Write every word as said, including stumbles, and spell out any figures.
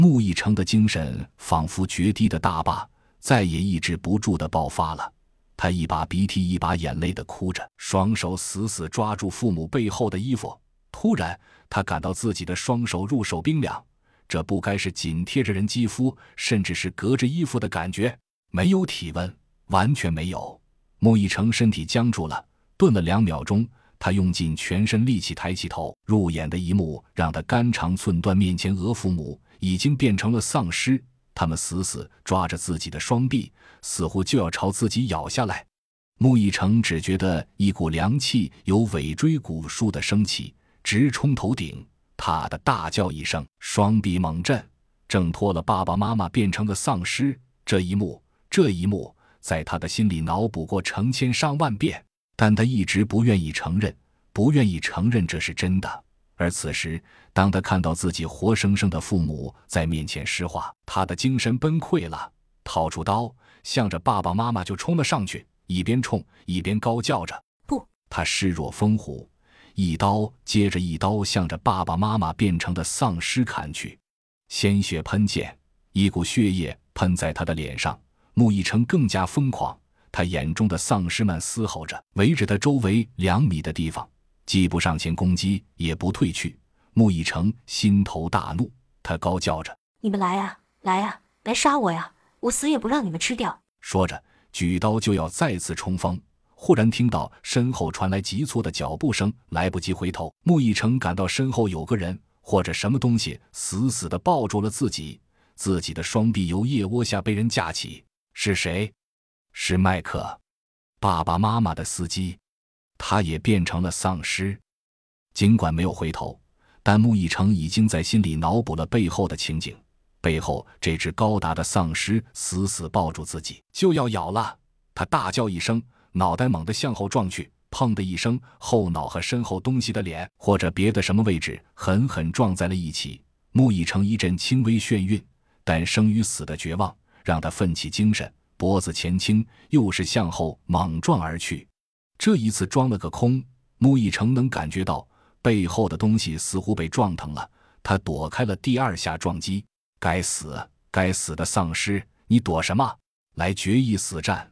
穆义成的精神仿佛决堤的大坝，再也抑制不住地爆发了。他一把鼻涕一把眼泪地哭着，双手死死抓住父母背后的衣服。突然，他感到自己的双手入手冰凉，这不该是紧贴着人肌肤，甚至是隔着衣服的感觉。没有体温，完全没有。穆义成身体僵住了，顿了两秒钟，他用尽全身力气抬起头，入眼的一幕让他肝肠寸断。面前额父母已经变成了丧尸，他们死死抓着自己的双臂，似乎就要朝自己咬下来。穆义成只觉得一股凉气由尾椎骨处的升起，直冲头顶，他的大叫一声，双臂猛震，挣脱了爸爸妈妈变成了丧尸。这一幕这一幕在他的心里脑补过成千上万遍，但他一直不愿意承认，不愿意承认这是真的。而此时，当他看到自己活生生的父母在面前石化，他的精神崩溃了，掏出刀，向着爸爸妈妈就冲了上去，一边冲一边高叫着不。他势若风虎，一刀接着一刀向着爸爸妈妈变成的丧尸砍去，鲜血喷溅，一股血液喷在他的脸上。穆义成更加疯狂，他眼中的丧尸们嘶吼着，围着他周围两米的地方，既不上前攻击，也不退去。穆义成心头大怒，他高叫着： 你们来呀，来呀，来杀我呀，我死也不让你们吃掉。 说着举刀就要再次冲锋，忽然听到身后传来急促的脚步声，来不及回头，穆义成感到身后有个人或者什么东西死死地抱住了自己，自己的双臂由腋窝下被人架起。是谁？是麦克，爸爸妈妈的司机。他也变成了丧尸。尽管没有回头，但穆义成已经在心里脑补了背后的情景，背后这只高大的丧尸死死抱住自己，就要咬了。他大叫一声，脑袋猛地向后撞去，砰的一声，后脑和身后东西的脸或者别的什么位置狠狠撞在了一起。穆义成一阵轻微眩晕，但生与死的绝望让他奋起精神，脖子前倾，又是向后猛撞而去。这一次装了个空，穆义成能感觉到背后的东西似乎被撞疼了，他躲开了第二下撞击。该死该死的丧尸，你躲什么？来决一死战！